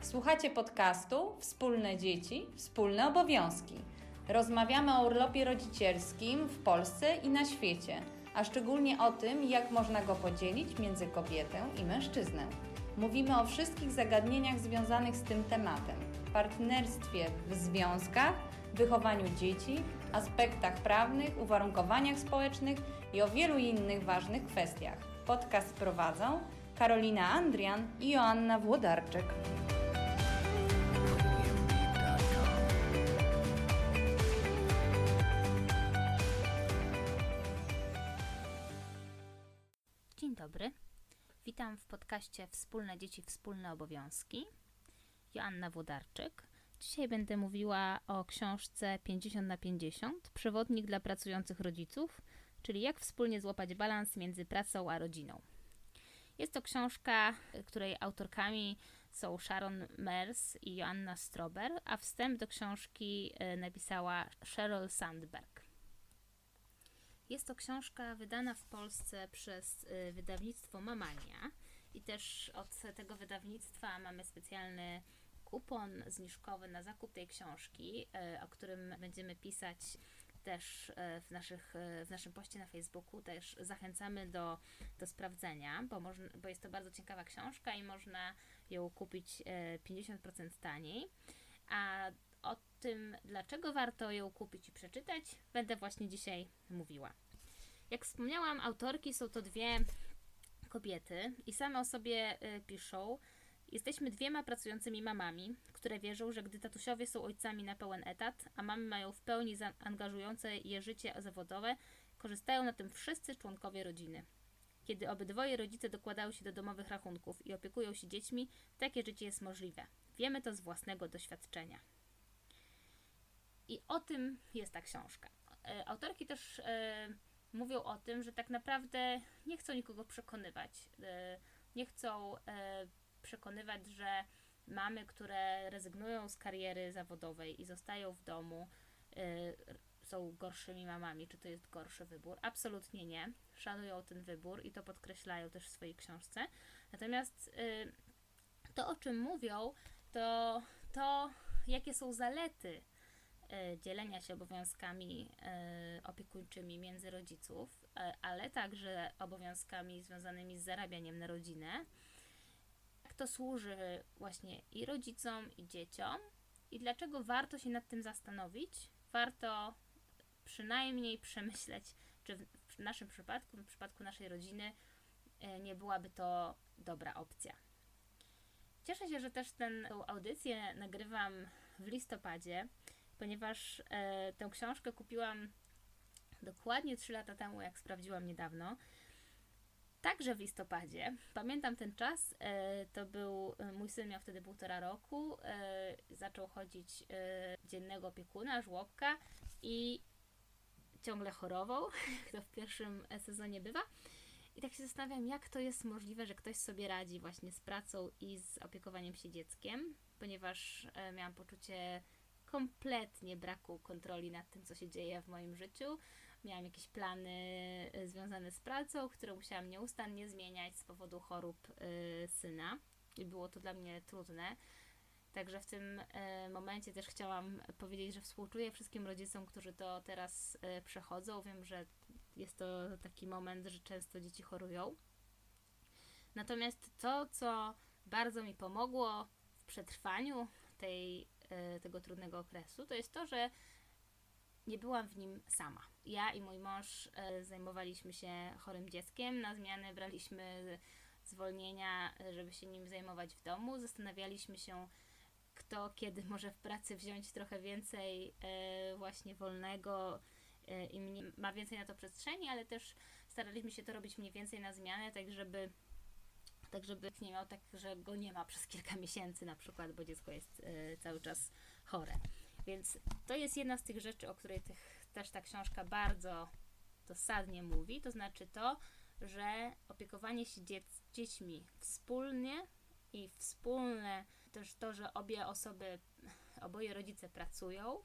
Słuchacie podcastu Wspólne dzieci, wspólne obowiązki. Rozmawiamy o urlopie rodzicielskim w Polsce i na świecie, a szczególnie o tym, jak można go podzielić między kobietę i mężczyznę. Mówimy o wszystkich zagadnieniach związanych z tym tematem, partnerstwie w związkach, wychowaniu dzieci, aspektach prawnych, uwarunkowaniach społecznych i o wielu innych ważnych kwestiach. Podcast prowadzą Karolina Andrian i Joanna Włodarczyk. Dzień dobry, witam w podcaście Wspólne dzieci, wspólne obowiązki. Joanna Włodarczyk. Dzisiaj będę mówiła o książce 50/50, przewodnik dla pracujących rodziców, czyli jak wspólnie złapać balans między pracą a rodziną. Jest to książka, której autorkami są Sharon Mears i Joanna Strober, a wstęp do książki napisała Sheryl Sandberg. Jest to książka wydana w Polsce przez wydawnictwo Mamania i też od tego wydawnictwa mamy specjalny kupon zniżkowy na zakup tej książki, o którym będziemy pisać też w naszym poście na Facebooku. Też zachęcamy do sprawdzenia, bo jest to bardzo ciekawa książka i można ją kupić 50% taniej. A o tym, dlaczego warto ją kupić i przeczytać, będę właśnie dzisiaj mówiła. Jak wspomniałam, autorki są to dwie kobiety i same o sobie piszą: jesteśmy dwiema pracującymi mamami, które wierzą, że gdy tatusiowie są ojcami na pełen etat, a mamy mają w pełni angażujące je życie zawodowe, korzystają na tym wszyscy członkowie rodziny. Kiedy obydwoje rodzice dokładają się do domowych rachunków i opiekują się dziećmi, takie życie jest możliwe. Wiemy to z własnego doświadczenia. I o tym jest ta książka. Autorki też mówią o tym, że tak naprawdę nie chcą nikogo przekonywać. Nie chcą przekonywać, że mamy, które rezygnują z kariery zawodowej i zostają w domu, są gorszymi mamami, czy to jest gorszy wybór. Absolutnie nie. Szanują ten wybór i to podkreślają też w swojej książce. Natomiast to, o czym mówią, to jakie są zalety dzielenia się obowiązkami opiekuńczymi między rodziców, ale także obowiązkami związanymi z zarabianiem na rodzinę. Jak to służy właśnie i rodzicom, i dzieciom i dlaczego warto się nad tym zastanowić. Warto przynajmniej przemyśleć, czy w naszym przypadku, w przypadku naszej rodziny nie byłaby to dobra opcja. Cieszę się, że też tę audycję nagrywam w listopadzie, ponieważ tę książkę kupiłam dokładnie 3 lata temu, jak sprawdziłam niedawno. Także w listopadzie. Pamiętam ten czas, to był, mój syn miał wtedy 1,5 roku, zaczął chodzić dziennego opiekuna, żłobka i ciągle chorował, jak to w pierwszym sezonie bywa. I tak się zastanawiam, jak to jest możliwe, że ktoś sobie radzi właśnie z pracą i z opiekowaniem się dzieckiem, ponieważ miałam poczucie kompletnie braku kontroli nad tym, co się dzieje w moim życiu. Miałam jakieś plany związane z pracą, które musiałam nieustannie zmieniać z powodu chorób syna i było to dla mnie trudne. Także w tym momencie też chciałam powiedzieć, że współczuję wszystkim rodzicom, którzy to teraz przechodzą. Wiem, że jest to taki moment, że często dzieci chorują. Natomiast to, co bardzo mi pomogło w przetrwaniu tego trudnego okresu, to jest to, że nie byłam w nim sama. Ja i mój mąż zajmowaliśmy się chorym dzieckiem, na zmianę braliśmy zwolnienia, żeby się nim zajmować w domu. Zastanawialiśmy się, kto kiedy może w pracy wziąć trochę więcej właśnie wolnego i ma więcej na to przestrzeni, ale też staraliśmy się to robić mniej więcej na zmianę, tak żeby nie miał tak, że go nie ma przez kilka miesięcy na przykład, bo dziecko jest cały czas chore. Więc to jest jedna z tych rzeczy, o której też ta książka bardzo dosadnie mówi, to znaczy to, że opiekowanie się dziećmi wspólnie i wspólne też to, że oboje rodzice pracują,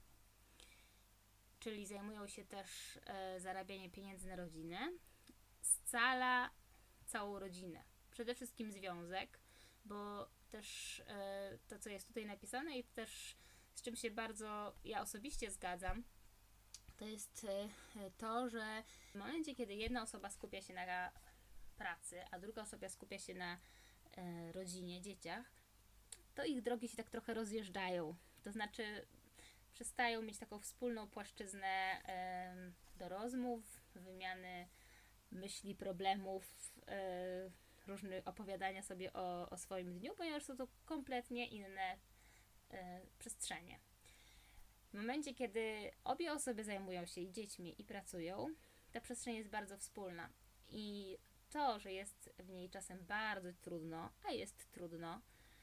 czyli zajmują się też zarabianiem pieniędzy na rodzinę, scala całą rodzinę. Przede wszystkim związek, bo też to, co jest tutaj napisane i też z czym się bardzo ja osobiście zgadzam, to jest to, że w momencie, kiedy jedna osoba skupia się na pracy, a druga osoba skupia się na rodzinie, dzieciach, to ich drogi się tak trochę rozjeżdżają. To znaczy przestają mieć taką wspólną płaszczyznę do rozmów, wymiany myśli, problemów, różnych opowiadania sobie o swoim dniu, ponieważ są to kompletnie inne przestrzenie. W momencie, kiedy obie osoby zajmują się i dziećmi, i pracują, ta przestrzeń jest bardzo wspólna. I to, że jest w niej czasem bardzo trudno, a jest trudno,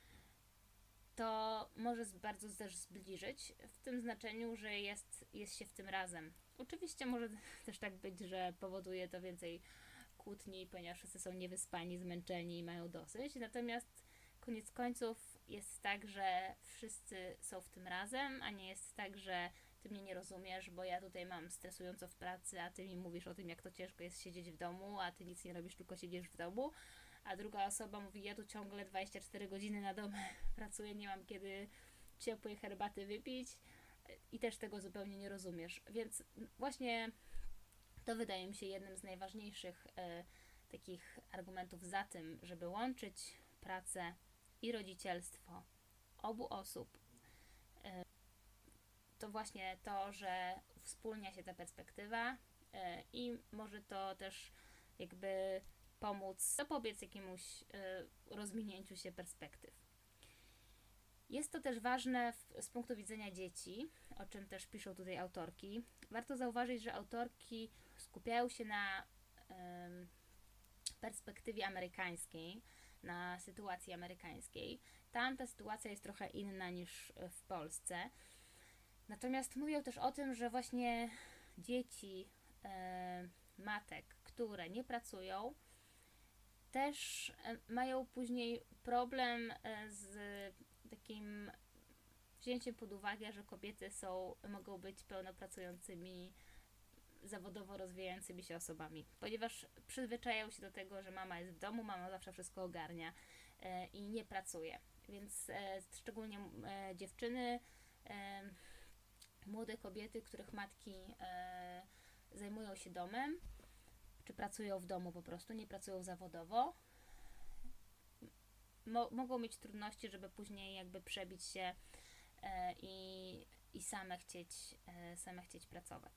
to może bardzo też zbliżyć, w tym znaczeniu, że jest się w tym razem. Oczywiście może też tak być, że powoduje to więcej kłótni, ponieważ wszyscy są niewyspani, zmęczeni i mają dosyć. Natomiast koniec końców jest tak, że wszyscy są w tym razem, a nie jest tak, że ty mnie nie rozumiesz, bo ja tutaj mam stresująco w pracy, a ty mi mówisz o tym, jak to ciężko jest siedzieć w domu, a ty nic nie robisz, tylko siedzisz w domu. A druga osoba mówi, ja tu ciągle 24 godziny na domu pracuję, nie mam kiedy ciepłej herbaty wypić i też tego zupełnie nie rozumiesz. Więc właśnie to wydaje mi się jednym z najważniejszych takich argumentów za tym, żeby łączyć pracę i rodzicielstwo obu osób. To właśnie to, że wspólnia się ta perspektywa i może to też jakby pomóc zapobiec jakiemuś rozminięciu się perspektyw. Jest to też ważne z punktu widzenia dzieci, o czym też piszą tutaj autorki. Warto zauważyć, że autorki skupiają się na perspektywie amerykańskiej, na sytuacji amerykańskiej. Tam ta sytuacja jest trochę inna niż w Polsce. Natomiast mówią też o tym, że właśnie dzieci matek, które nie pracują, też mają później problem z takim wzięciem pod uwagę, że kobiety mogą być pełnopracującymi, zawodowo rozwijającymi się osobami, ponieważ przyzwyczajają się do tego, że mama jest w domu, mama zawsze wszystko ogarnia i nie pracuje. Więc szczególnie dziewczyny, młode kobiety, których matki zajmują się domem, czy pracują w domu po prostu, nie pracują zawodowo, mogą mieć trudności, żeby później jakby przebić się i same chcieć pracować.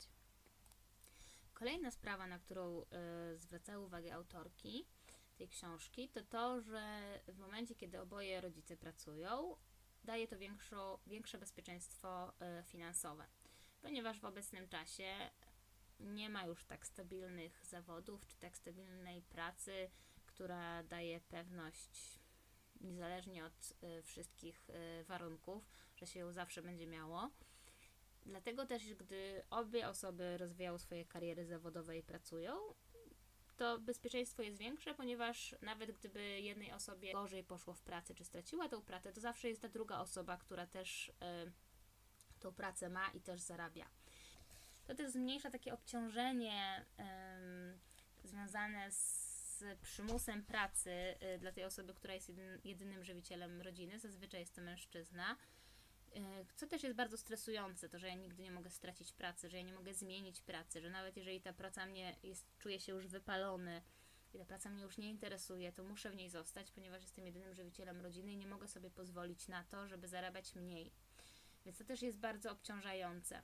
Kolejna sprawa, na którą zwracały uwagę autorki tej książki, to to, że w momencie, kiedy oboje rodzice pracują, daje to większe bezpieczeństwo finansowe, ponieważ w obecnym czasie nie ma już tak stabilnych zawodów, czy tak stabilnej pracy, która daje pewność niezależnie od wszystkich warunków, że się ją zawsze będzie miało. Dlatego też, gdy obie osoby rozwijają swoje kariery zawodowe i pracują, to bezpieczeństwo jest większe, ponieważ nawet gdyby jednej osobie gorzej poszło w pracy, czy straciła tą pracę, to zawsze jest ta druga osoba, która też tą pracę ma i też zarabia. To też zmniejsza takie obciążenie związane z przymusem pracy dla tej osoby, która jest jedynym żywicielem rodziny. Zazwyczaj jest to mężczyzna. Co też jest bardzo stresujące, to, że ja nigdy nie mogę stracić pracy, że ja nie mogę zmienić pracy, że nawet jeżeli ta praca czuję się już wypalony i ta praca mnie już nie interesuje, to muszę w niej zostać, ponieważ jestem jedynym żywicielem rodziny i nie mogę sobie pozwolić na to, żeby zarabiać mniej. Więc to też jest bardzo obciążające.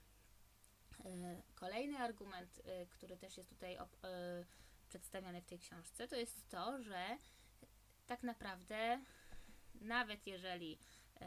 Kolejny argument, który też jest tutaj przedstawiony w tej książce, to jest to, że tak naprawdę nawet jeżeli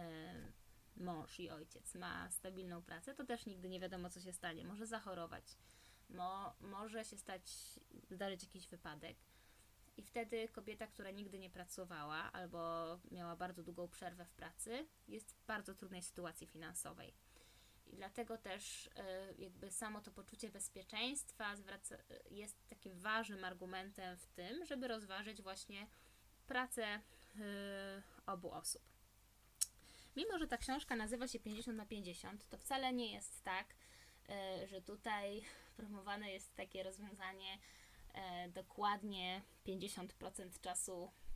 mąż i ojciec ma stabilną pracę, to też nigdy nie wiadomo, co się stanie. Może zachorować, może się zdarzyć jakiś wypadek i wtedy kobieta, która nigdy nie pracowała albo miała bardzo długą przerwę w pracy, jest w bardzo trudnej sytuacji finansowej. I dlatego też jakby samo to poczucie bezpieczeństwa jest takim ważnym argumentem w tym, żeby rozważyć właśnie pracę obu osób. Mimo że ta książka nazywa się 50/50, to wcale nie jest tak, że tutaj promowane jest takie rozwiązanie dokładnie 50% czasu w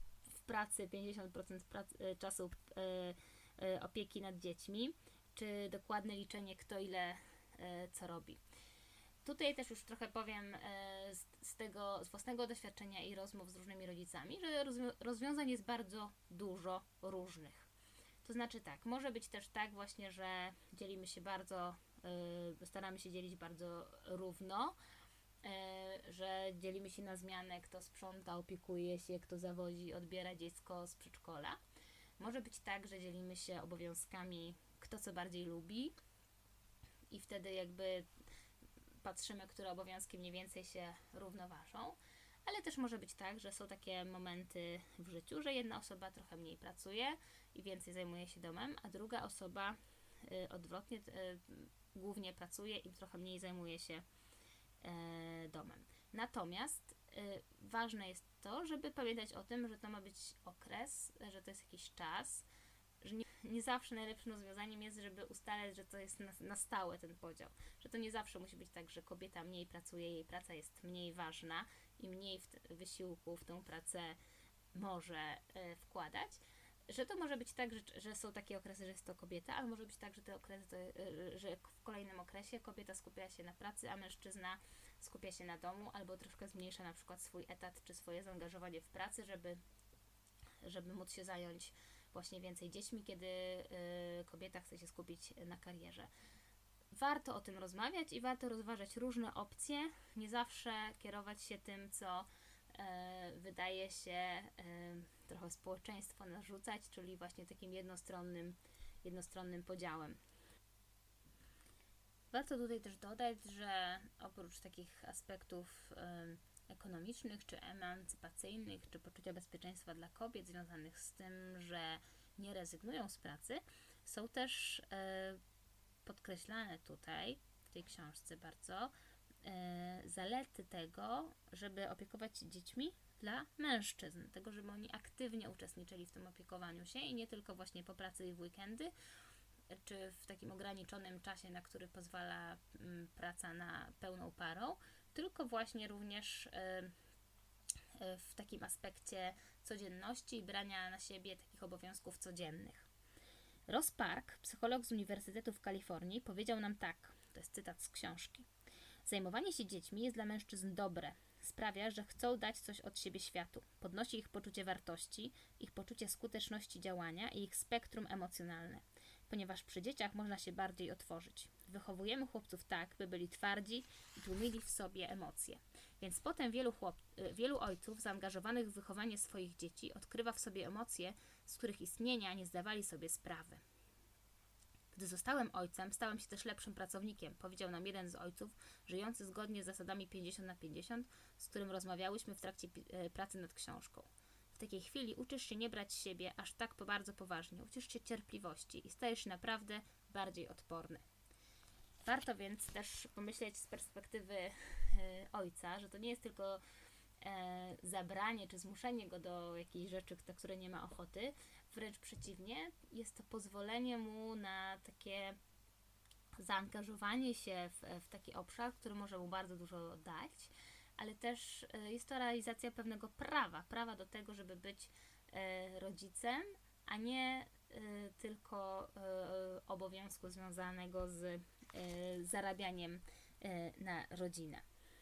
pracy, 50% czasu opieki nad dziećmi, czy dokładne liczenie, kto ile co robi. Tutaj też już trochę powiem z własnego doświadczenia i rozmów z różnymi rodzicami, że rozwiązań jest bardzo dużo różnych. To znaczy tak, może być też tak właśnie, że dzielimy się staramy się dzielić bardzo równo, że dzielimy się na zmianę, kto sprząta, opiekuje się, kto zawozi, odbiera dziecko z przedszkola. Może być tak, że dzielimy się obowiązkami, kto co bardziej lubi i wtedy jakby patrzymy, które obowiązki mniej więcej się równoważą, ale też może być tak, że są takie momenty w życiu, że jedna osoba trochę mniej pracuje i więcej zajmuje się domem, a druga osoba odwrotnie głównie pracuje i trochę mniej zajmuje się domem. Natomiast ważne jest to, żeby pamiętać o tym, że to ma być okres, że to jest jakiś czas, że nie zawsze najlepszym rozwiązaniem jest, żeby ustalać, że to jest na stałe ten podział. Że to nie zawsze musi być tak, że kobieta mniej pracuje, jej praca jest mniej ważna i mniej wysiłku w tą pracę może wkładać. Że to może być tak, że są takie okresy, że jest to kobieta, ale może być tak, że te okresy, że w kolejnym okresie kobieta skupia się na pracy, a mężczyzna skupia się na domu, albo troszkę zmniejsza na przykład swój etat czy swoje zaangażowanie w pracy, żeby móc się zająć właśnie więcej dziećmi, kiedy kobieta chce się skupić na karierze. Warto o tym rozmawiać i warto rozważać różne opcje, nie zawsze kierować się tym, co wydaje się trochę społeczeństwo narzucać, czyli właśnie takim jednostronnym podziałem. Warto tutaj też dodać, że oprócz takich aspektów ekonomicznych, czy emancypacyjnych, czy poczucia bezpieczeństwa dla kobiet związanych z tym, że nie rezygnują z pracy, są też podkreślane tutaj, w tej książce bardzo, zalety tego, żeby opiekować się dziećmi dla mężczyzn, tego, żeby oni aktywnie uczestniczyli w tym opiekowaniu się i nie tylko właśnie po pracy i w weekendy, czy w takim ograniczonym czasie, na który pozwala praca na pełną parą, tylko właśnie również w takim aspekcie codzienności i brania na siebie takich obowiązków codziennych. Ross Park, psycholog z Uniwersytetu w Kalifornii, powiedział nam tak, to jest cytat z książki: zajmowanie się dziećmi jest dla mężczyzn dobre. Sprawia, że chcą dać coś od siebie światu. Podnosi ich poczucie wartości, ich poczucie skuteczności działania i ich spektrum emocjonalne. Ponieważ przy dzieciach można się bardziej otworzyć. Wychowujemy chłopców tak, by byli twardzi i tłumili w sobie emocje. Więc potem wielu ojców zaangażowanych w wychowanie swoich dzieci odkrywa w sobie emocje, z których istnienia nie zdawali sobie sprawy. Gdy zostałem ojcem, stałem się też lepszym pracownikiem, powiedział nam jeden z ojców, żyjący zgodnie z zasadami 50/50, z którym rozmawiałyśmy w trakcie pracy nad książką. W takiej chwili uczysz się nie brać siebie aż tak bardzo poważnie, uczysz się cierpliwości i stajesz się naprawdę bardziej odporny. Warto więc też pomyśleć z perspektywy ojca, że to nie jest tylko zabranie czy zmuszenie go do jakiejś rzeczy, na które nie ma ochoty. Wręcz przeciwnie, jest to pozwolenie mu na takie zaangażowanie się w taki obszar, który może mu bardzo dużo dać, ale też jest to realizacja pewnego prawa do tego, żeby być rodzicem, a nie tylko obowiązku związanego z zarabianiem na rodzinę.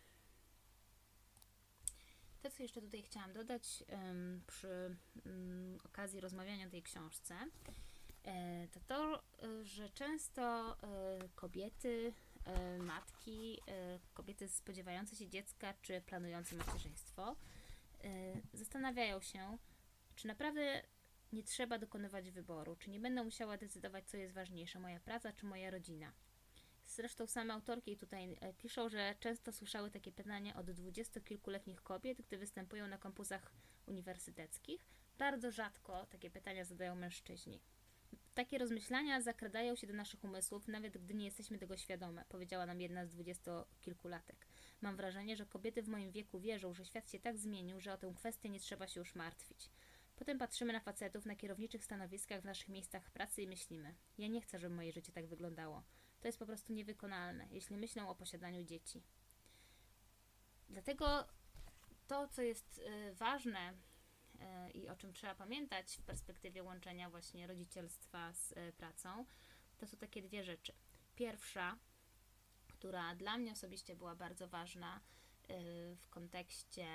To, co jeszcze tutaj chciałam dodać przy okazji rozmawiania o tej książce, to, że często kobiety, matki, kobiety spodziewające się dziecka czy planujące macierzyństwo zastanawiają się, czy naprawdę nie trzeba dokonywać wyboru, czy nie będę musiała decydować, co jest ważniejsze, moja praca czy moja rodzina. Zresztą same autorki tutaj piszą, że często słyszały takie pytania od 20-kilkuletnich kobiet, gdy występują na kampusach uniwersyteckich. Bardzo rzadko takie pytania zadają mężczyźni. Takie rozmyślania zakradają się do naszych umysłów, nawet gdy nie jesteśmy tego świadome, powiedziała nam jedna z 20-kilkulatek. Mam wrażenie, że kobiety w moim wieku wierzą, że świat się tak zmienił, że o tę kwestię nie trzeba się już martwić. Potem patrzymy na facetów na kierowniczych stanowiskach w naszych miejscach pracy i myślimy: ja nie chcę, żeby moje życie tak wyglądało. To jest po prostu niewykonalne, jeśli myślą o posiadaniu dzieci. Dlatego to, co jest ważne i o czym trzeba pamiętać w perspektywie łączenia właśnie rodzicielstwa z pracą, to są takie dwie rzeczy. Pierwsza, która dla mnie osobiście była bardzo ważna w kontekście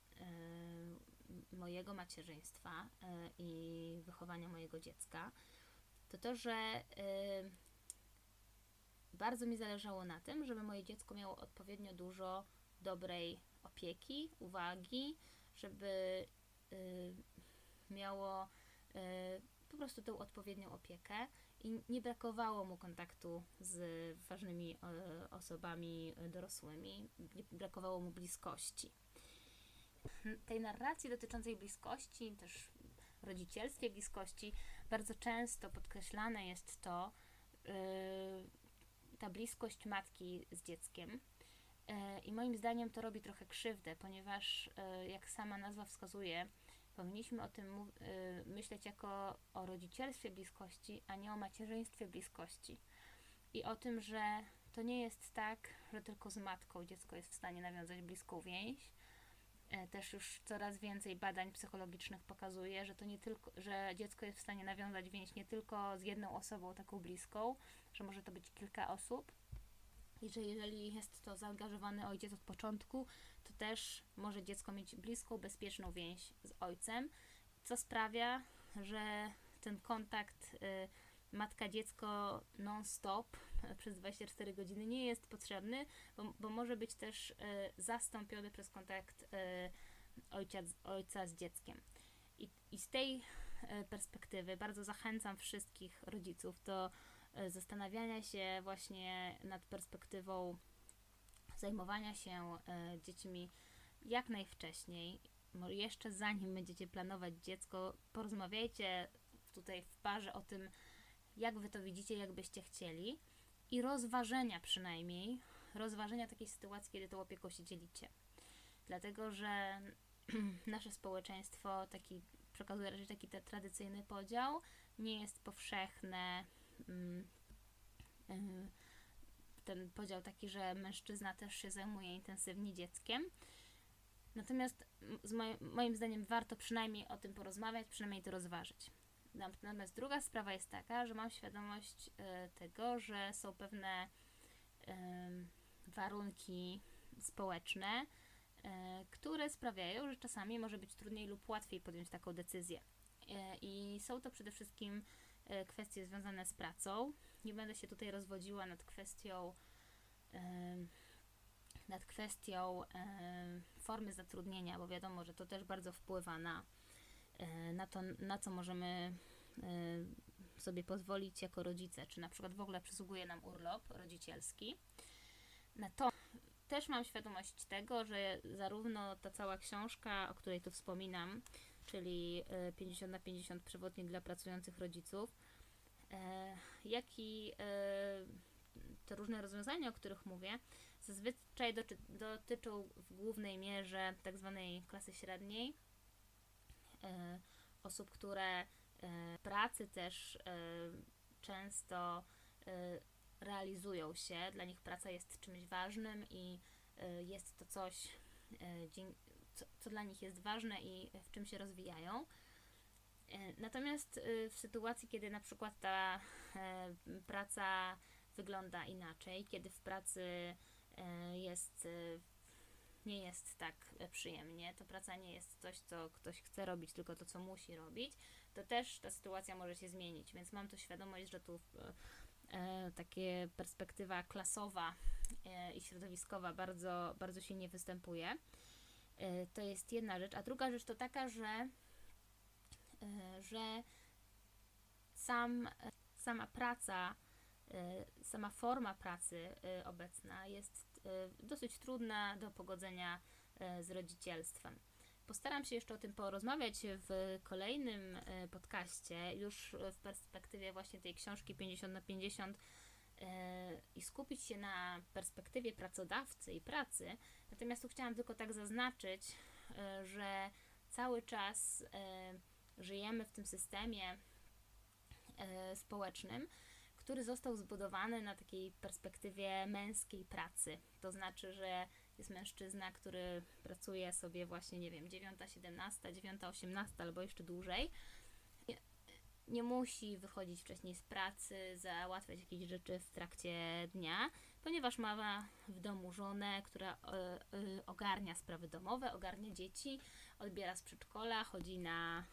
mojego macierzyństwa i wychowania mojego dziecka, to to, że bardzo mi zależało na tym, żeby moje dziecko miało odpowiednio dużo dobrej opieki, uwagi, żeby miało po prostu tą odpowiednią opiekę i nie brakowało mu kontaktu z ważnymi osobami dorosłymi, nie brakowało mu bliskości. Tej narracji dotyczącej bliskości, też rodzicielstwie bliskości, bardzo często podkreślane jest to, ta bliskość matki z dzieckiem. I moim zdaniem to robi trochę krzywdę, ponieważ jak sama nazwa wskazuje, powinniśmy o tym myśleć jako o rodzicielstwie bliskości, a nie o macierzyństwie bliskości. I o tym, że to nie jest tak, że tylko z matką dziecko jest w stanie nawiązać bliską więź. Też już coraz więcej badań psychologicznych pokazuje, że to nie tylko, że dziecko jest w stanie nawiązać więź nie tylko z jedną osobą taką bliską, że może to być kilka osób i że jeżeli jest to zaangażowany ojciec od początku, to też może dziecko mieć bliską, bezpieczną więź z ojcem, co sprawia, że ten kontakt matka-dziecko non-stop przez 24 godziny nie jest potrzebny, bo może być też zastąpiony przez kontakt ojca z dzieckiem. I z tej perspektywy bardzo zachęcam wszystkich rodziców do zastanawiania się właśnie nad perspektywą zajmowania się dziećmi jak najwcześniej. Jeszcze zanim będziecie planować dziecko, porozmawiajcie tutaj w parze o tym, jak wy to widzicie, jak byście chcieli i rozważenia takiej sytuacji, kiedy tą opieką się dzielicie. Dlatego, że nasze społeczeństwo przekazuje raczej taki tradycyjny podział, nie jest powszechne ten podział taki, że mężczyzna też się zajmuje intensywnie dzieckiem. Natomiast moim zdaniem warto przynajmniej o tym porozmawiać, przynajmniej to rozważyć. Natomiast druga sprawa jest taka, że mam świadomość tego, że są pewne warunki społeczne, które sprawiają, że czasami może być trudniej lub łatwiej podjąć taką decyzję. I są to przede wszystkim kwestie związane z pracą. Nie będę się tutaj rozwodziła nad kwestią formy zatrudnienia, bo wiadomo, że to też bardzo wpływa na to, na co możemy sobie pozwolić jako rodzice, czy na przykład w ogóle przysługuje nam urlop rodzicielski. Też mam świadomość tego, że zarówno ta cała książka, o której tu wspominam, czyli 50/50 przewodnik dla pracujących rodziców, jak i te różne rozwiązania, o których mówię, zazwyczaj dotyczą w głównej mierze tak zwanej klasy średniej, osób, które w pracy też często realizują się, dla nich praca jest czymś ważnym i jest to coś, co dla nich jest ważne i w czym się rozwijają. Natomiast w sytuacji, kiedy na przykład ta praca wygląda inaczej, kiedy w pracy nie jest tak przyjemnie, to praca nie jest coś, co ktoś chce robić, tylko to, co musi robić, to też ta sytuacja może się zmienić, więc mam tu świadomość, że tu takie perspektywa klasowa i środowiskowa bardzo, bardzo silnie występuje. To jest jedna rzecz, a druga rzecz to taka, że sama praca, sama forma pracy obecna jest dosyć trudna do pogodzenia z rodzicielstwem. Postaram się jeszcze o tym porozmawiać w kolejnym podcaście, już w perspektywie właśnie tej książki 50/50 i skupić się na perspektywie pracodawcy i pracy. Natomiast tu chciałam tylko tak zaznaczyć, że cały czas żyjemy w tym systemie społecznym, który został zbudowany na takiej perspektywie męskiej pracy. To znaczy, że jest mężczyzna, który pracuje sobie właśnie, nie wiem, 9:17, 9:18 albo jeszcze dłużej, nie musi wychodzić wcześniej z pracy, załatwiać jakieś rzeczy w trakcie dnia, ponieważ ma w domu żonę, która ogarnia sprawy domowe, ogarnia dzieci, odbiera z przedszkola, chodzi na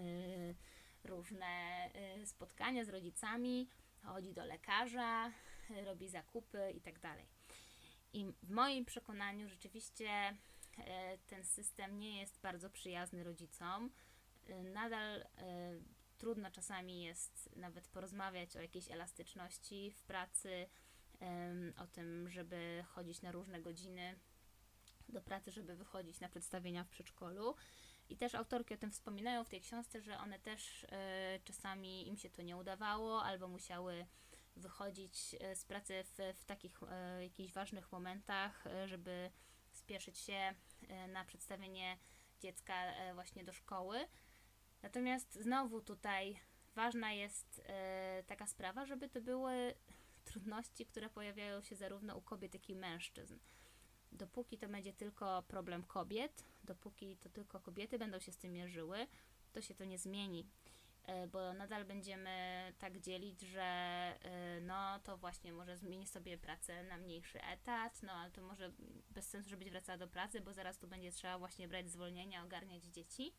różne spotkania z rodzicami, chodzi do lekarza, robi zakupy i tak dalej. I w moim przekonaniu rzeczywiście ten system nie jest bardzo przyjazny rodzicom. Nadal trudno czasami jest nawet porozmawiać o jakiejś elastyczności w pracy, o tym, żeby chodzić na różne godziny do pracy, żeby wychodzić na przedstawienia w przedszkolu. I też autorki o tym wspominają w tej książce, że one też czasami im się to nie udawało, albo musiały wychodzić z pracy w takich jakichś ważnych momentach, żeby spieszyć się na przedstawienie dziecka właśnie do szkoły. Natomiast znowu tutaj ważna jest taka sprawa, żeby to były trudności, które pojawiają się zarówno u kobiet, jak i mężczyzn. Dopóki to będzie tylko problem kobiet, dopóki to tylko kobiety będą się z tym mierzyły, to się to nie zmieni, bo nadal będziemy tak dzielić, że no to właśnie może zmieni sobie pracę na mniejszy etat, no ale to może bez sensu, żebyś wracała do pracy, bo zaraz tu będzie trzeba właśnie brać zwolnienia, ogarniać dzieci.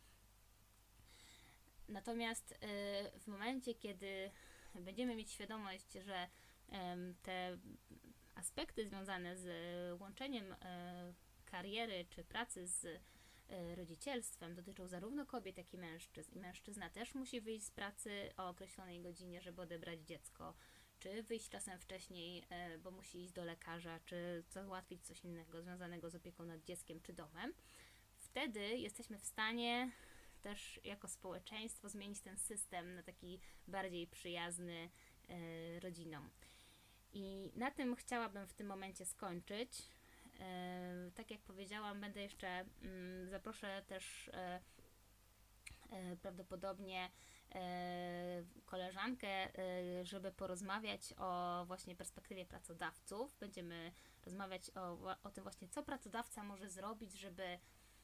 Natomiast w momencie, kiedy będziemy mieć świadomość, że te aspekty związane z łączeniem kariery czy pracy z rodzicielstwem dotyczą zarówno kobiet, jak i mężczyzn. I mężczyzna też musi wyjść z pracy o określonej godzinie, żeby odebrać dziecko, czy wyjść czasem wcześniej, bo musi iść do lekarza, czy załatwić coś innego związanego z opieką nad dzieckiem czy domem. Wtedy jesteśmy w stanie też jako społeczeństwo zmienić ten system na taki bardziej przyjazny rodzinom. I na tym chciałabym w tym momencie skończyć. Tak jak powiedziałam, będę jeszcze, zaproszę też prawdopodobnie koleżankę, żeby porozmawiać o właśnie perspektywie pracodawców. Będziemy rozmawiać o tym właśnie, co pracodawca może zrobić, żeby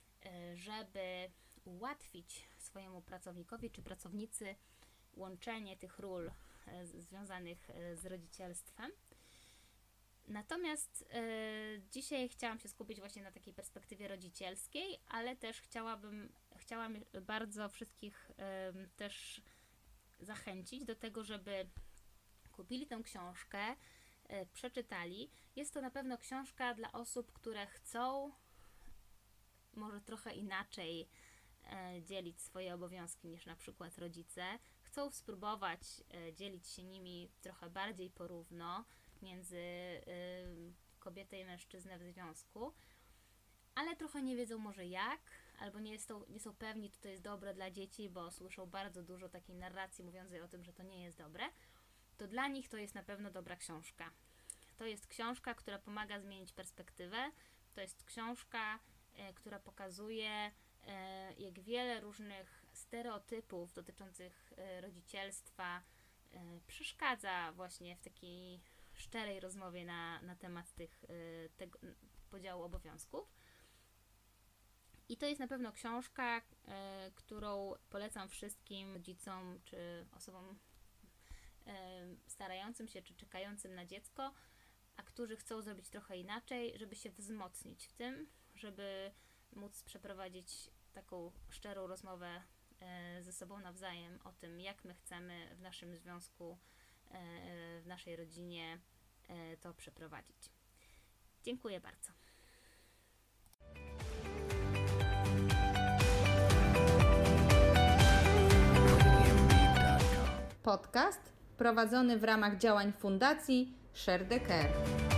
ułatwić swojemu pracownikowi czy pracownicy łączenie tych ról związanych z rodzicielstwem. Natomiast dzisiaj chciałam się skupić właśnie na takiej perspektywie rodzicielskiej, ale też chciałam bardzo wszystkich też zachęcić do tego, żeby kupili tę książkę, przeczytali. Jest to na pewno książka dla osób, które chcą może trochę inaczej dzielić swoje obowiązki niż na przykład rodzice. Chcą spróbować dzielić się nimi trochę bardziej porówno między kobietę i mężczyznę w związku, ale trochę nie wiedzą może jak, albo nie są pewni, czy to jest dobre dla dzieci, bo słyszą bardzo dużo takiej narracji mówiącej o tym, że to nie jest dobre. To dla nich to jest na pewno dobra książka. To jest książka, która pomaga zmienić perspektywę. To jest książka, która pokazuje, jak wiele różnych stereotypów dotyczących rodzicielstwa przeszkadza właśnie w takiej szczerej rozmowie na temat tego podziału obowiązków. I to jest na pewno książka, którą polecam wszystkim rodzicom czy osobom starającym się czy czekającym na dziecko, a którzy chcą zrobić trochę inaczej, żeby się wzmocnić w tym, żeby móc przeprowadzić taką szczerą rozmowę ze sobą nawzajem o tym, jak my chcemy w naszym związku, w naszej rodzinie to przeprowadzić. Dziękuję bardzo. Podcast prowadzony w ramach działań Fundacji Share the Care.